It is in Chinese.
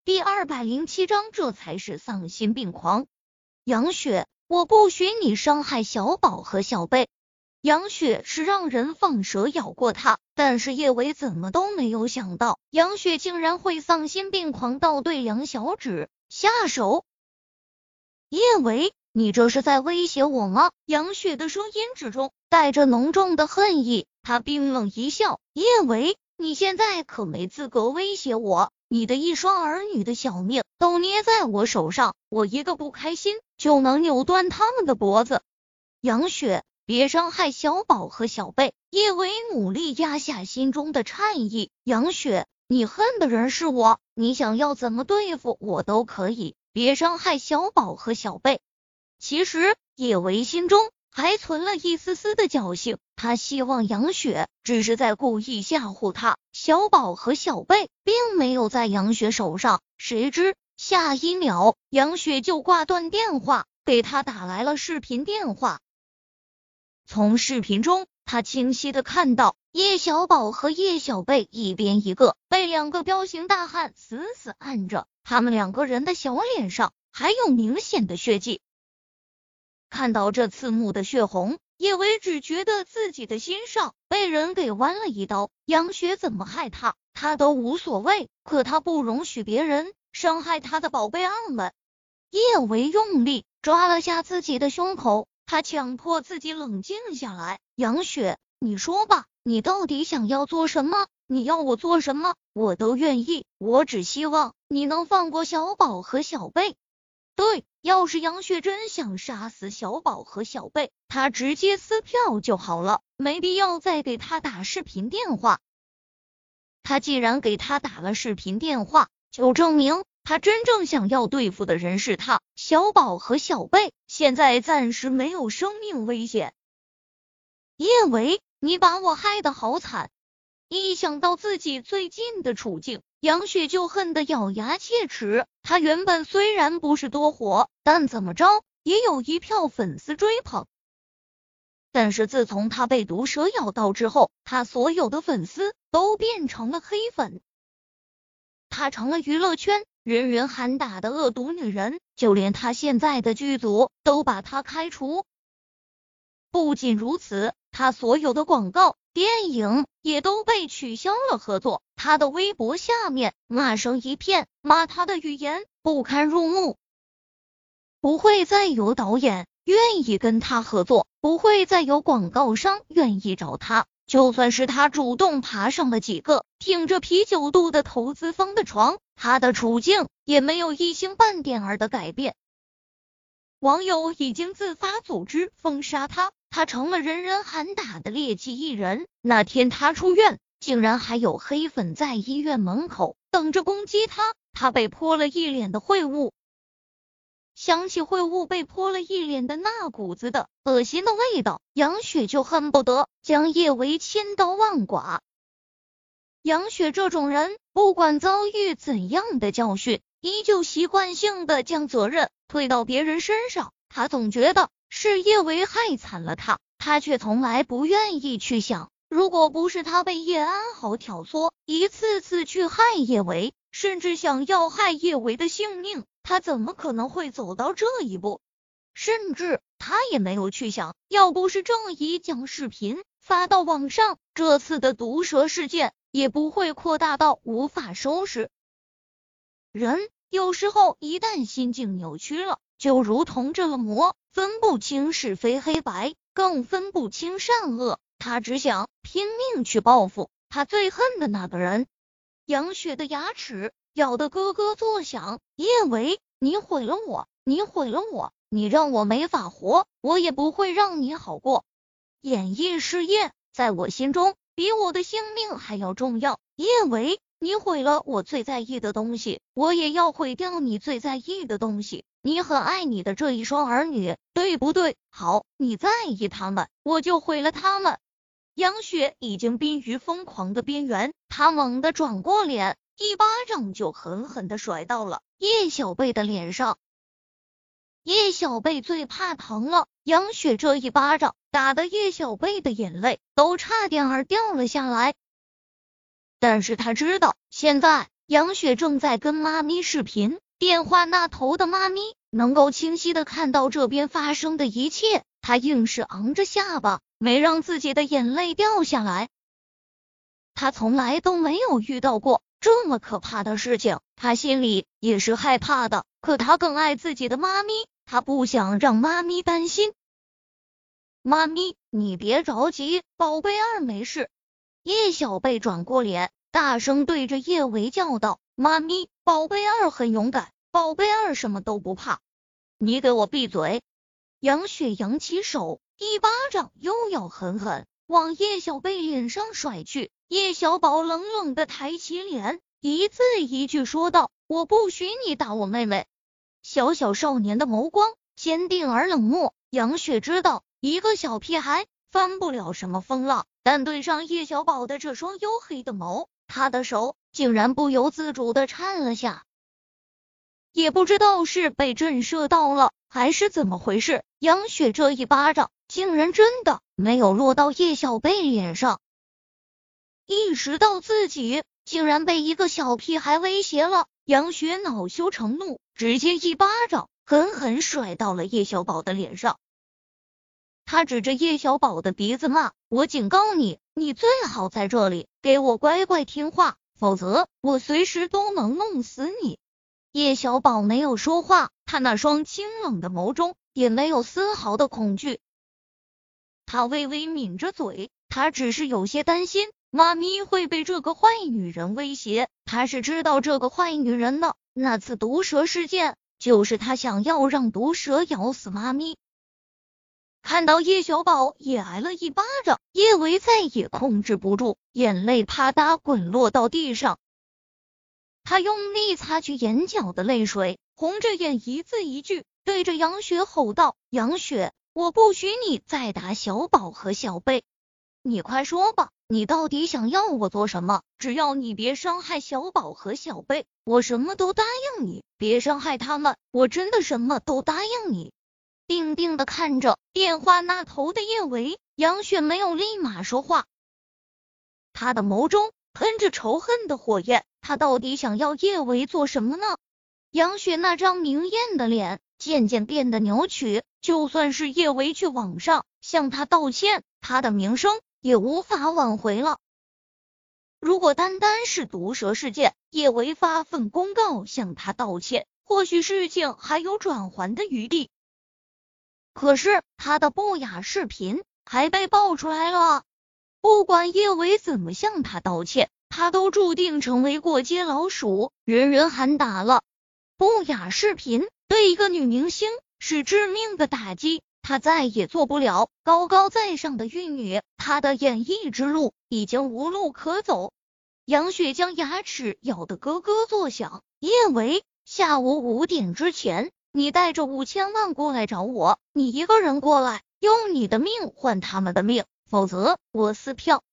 第207章，这才是丧心病狂。杨雪，我不许你伤害小宝和小贝。杨雪是让人放蛇咬过他，但是叶维怎么都没有想到，杨雪竟然会丧心病狂到对梁小芷下手。叶维，你这是在威胁我吗？杨雪的声音之中带着浓重的恨意，她冰冷一笑，叶维，你现在可没资格威胁我，你的一双儿女的小命都捏在我手上，我一个不开心就能扭断他们的脖子。杨雪，别伤害小宝和小贝。叶维努力压下心中的颤意，杨雪，你恨的人是我，你想要怎么对付我都可以，别伤害小宝和小贝。其实叶维心中还存了一丝丝的侥幸，他希望杨雪只是在故意吓唬他，小宝和小贝并没有在杨雪手上。谁知下一秒杨雪就挂断电话，给他打来了视频电话。从视频中他清晰的看到叶小宝和叶小贝一边一个，被2个彪形大汉死死按着，他们2个人的小脸上还有明显的血迹。看到这刺目的血红，叶维只觉得自己的心上被人给剜了一刀。杨雪怎么害他，他都无所谓，可他不容许别人伤害他的宝贝儿们。叶维用力抓了下自己的胸口，他强迫自己冷静下来。杨雪，你说吧，你到底想要做什么？你要我做什么，我都愿意，我只希望你能放过小宝和小贝。对，要是杨雪真想杀死小宝和小贝，他直接撕票就好了，没必要再给他打视频电话。他既然给他打了视频电话，就证明他真正想要对付的人是他。小宝和小贝现在暂时没有生命危险。叶维，你把我害得好惨。一想到自己最近的处境，杨雪就恨得咬牙切齿。她原本虽然不是多火，但怎么着也有一票粉丝追捧。但是自从她被毒蛇咬到之后，她所有的粉丝都变成了黑粉，她成了娱乐圈人人喊打的恶毒女人，就连她现在的剧组都把她开除。不仅如此，她所有的广告电影也都被取消了合作，他的微博下面骂声一片，骂他的语言不堪入目。不会再有导演愿意跟他合作，不会再有广告商愿意找他，就算是他主动爬上了几个挺着啤酒肚的投资方的床，他的处境也没有一星半点儿的改变。网友已经自发组织封杀他，他成了人人喊打的劣迹艺人。那天他出院，竟然还有黑粉在医院门口等着攻击他，他被泼了一脸的秽物。想起秽物被泼了一脸的那股子的恶心的味道，杨雪就恨不得将叶维千刀万剐。杨雪这种人，不管遭遇怎样的教训，依旧习惯性的将责任推到别人身上。他总觉得是叶维害惨了他，他却从来不愿意去想，如果不是他被叶安好挑唆，一次次去害叶维，甚至想要害叶维的性命，他怎么可能会走到这一步？甚至他也没有去想，要不是郑怡将视频发到网上，这次的毒蛇事件也不会扩大到无法收拾。人有时候一旦心境扭曲了，就如同这个魔，分不清是非黑白，更分不清善恶。他只想拼命去报复他最恨的那个人。杨雪的牙齿咬得咯咯作响。叶维，你毁了我，你毁了我，你让我没法活，我也不会让你好过。演艺事业在我心中比我的性命还要重要。叶维，你毁了我最在意的东西，我也要毁掉你最在意的东西。你很爱你的这一双儿女，对不对？好，你在意他们，我就毁了他们。杨雪已经濒于疯狂的边缘，她猛地转过脸，一巴掌就狠狠地甩到了叶小贝的脸上。叶小贝最怕疼了，杨雪这一巴掌打得叶小贝的眼泪都差点儿掉了下来。但是他知道，现在杨雪正在跟妈咪视频，电话那头的妈咪能够清晰的看到这边发生的一切，她硬是昂着下巴，没让自己的眼泪掉下来。她从来都没有遇到过这么可怕的事情，她心里也是害怕的，可她更爱自己的妈咪，她不想让妈咪担心。妈咪，你别着急，宝贝儿没事。叶小贝转过脸，大声对着叶维叫道：妈咪，宝贝儿很勇敢，宝贝儿什么都不怕。你给我闭嘴！杨雪扬起手，一巴掌又要狠狠往叶小贝脸上甩去。叶小宝冷冷的抬起脸，一字一句说道：我不许你打我妹妹。小小少年的眸光坚定而冷漠，杨雪知道一个小屁孩翻不了什么风浪，但对上叶小宝的这双黝黑的眸，他的手竟然不由自主的颤了下。也不知道是被震慑到了，还是怎么回事，杨雪这一巴掌竟然真的没有落到叶小贝脸上。意识到自己竟然被一个小屁孩威胁了，杨雪恼羞成怒，直接一巴掌狠狠甩到了叶小宝的脸上。他指着叶小宝的鼻子骂：我警告你，你最好在这里给我乖乖听话，否则我随时都能弄死你。叶小宝没有说话，他那双清冷的眸中也没有丝毫的恐惧。他微微抿着嘴，他只是有些担心妈咪会被这个坏女人威胁。他是知道这个坏女人的，那次毒蛇事件就是他想要让毒蛇咬死妈咪。看到叶小宝也挨了一巴掌，叶维再也控制不住，眼泪啪嗒滚落到地上。他用力擦去眼角的泪水，红着眼一字一句对着杨雪吼道：杨雪，我不许你再打小宝和小贝，你快说吧，你到底想要我做什么？只要你别伤害小宝和小贝，我什么都答应你。别伤害他们，我真的什么都答应你。定定的看着电话那头的叶维，杨雪没有立马说话，他的眸中喷着仇恨的火焰，他到底想要叶维做什么呢？杨雪那张明艳的脸渐渐变得扭曲，就算是叶维去网上向他道歉，他的名声也无法挽回了。如果单单是毒蛇事件，叶维发份公告向他道歉，或许事情还有转圜的余地。可是他的不雅视频还被爆出来了，不管叶维怎么向他道歉，他都注定成为过街老鼠，人人喊打了。不雅视频对一个女明星是致命的打击，她再也做不了高高在上的玉女，她的演艺之路已经无路可走。杨雪将牙齿咬得咯咯作响，叶维，下午5点之前你带着5000万过来找我，你一个人过来，用你的命换他们的命，否则我撕票。